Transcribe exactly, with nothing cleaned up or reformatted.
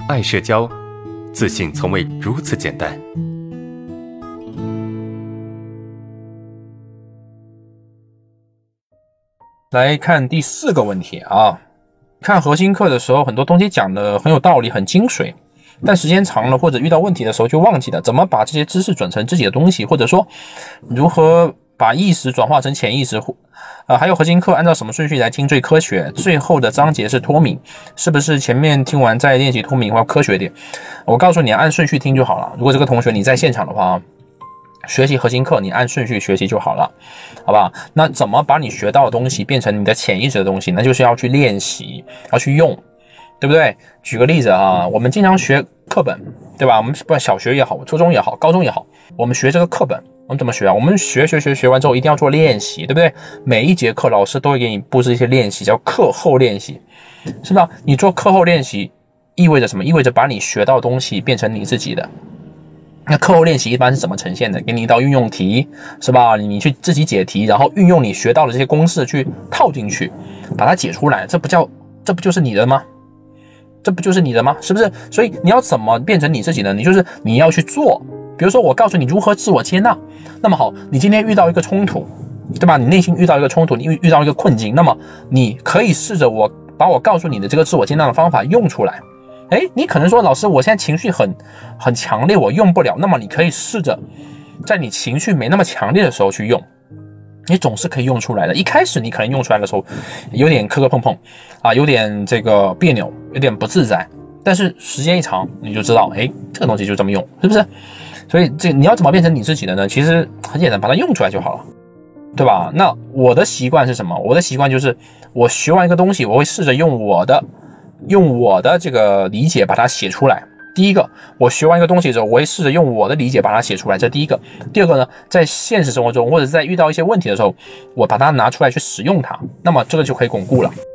爱社交，自信从未如此简单。 来看第四个问题啊，看核心课的时候，很多东西讲的很有道理，很精髓，但时间长了或者遇到问题的时候就忘记了，怎么把这些知识转成自己的东西，或者说如何把意识转化成潜意识。呃，还有核心课按照什么顺序来听最科学？最后的章节是脱敏，是不是前面听完再练习脱敏会要科学点？我告诉你，按顺序听就好了。如果这个同学你在现场的话，学习核心课你按顺序学习就好了，好吧？那怎么把你学到的东西变成你的潜意识的东西？那就是要去练习，要去用，对不对？举个例子啊，我们经常学课本，对吧？我们不管小学也好，初中也好，高中也好，我们学这个课本，我们怎么学啊？我们学学学学完之后一定要做练习，对不对？每一节课老师都会给你布置一些练习，叫课后练习，是吧？你做课后练习意味着什么？意味着把你学到的东西变成你自己的。那课后练习一般是怎么呈现的？给你一道运用题，是吧？你去自己解题，然后运用你学到的这些公式去套进去，把它解出来，这不叫，这不就是你的吗？这不就是你的吗？是不是？所以你要怎么变成你自己呢？你就是你要去做。比如说我告诉你如何自我接纳，那么好，你今天遇到一个冲突，对吧？你内心遇到一个冲突，你遇遇到一个困境，那么你可以试着我把我告诉你的这个自我接纳的方法用出来。诶，你可能说老师，我现在情绪很很强烈，我用不了。那么你可以试着在你情绪没那么强烈的时候去用，你总是可以用出来的。一开始你可能用出来的时候有点磕磕碰碰啊，有点这个别扭，有点不自在，但是时间一长你就知道，诶，这个东西就这么用，是不是？所以这你要怎么变成你自己的呢？其实很简单，把它用出来就好了，对吧？那我的习惯是什么？我的习惯就是我学完一个东西，我会试着用我的用我的这个理解把它写出来。第一个，我学完一个东西之后，我会试着用我的理解把它写出来，这第一个。第二个呢，在现实生活中或者在遇到一些问题的时候，我把它拿出来去使用它，那么这个就可以巩固了。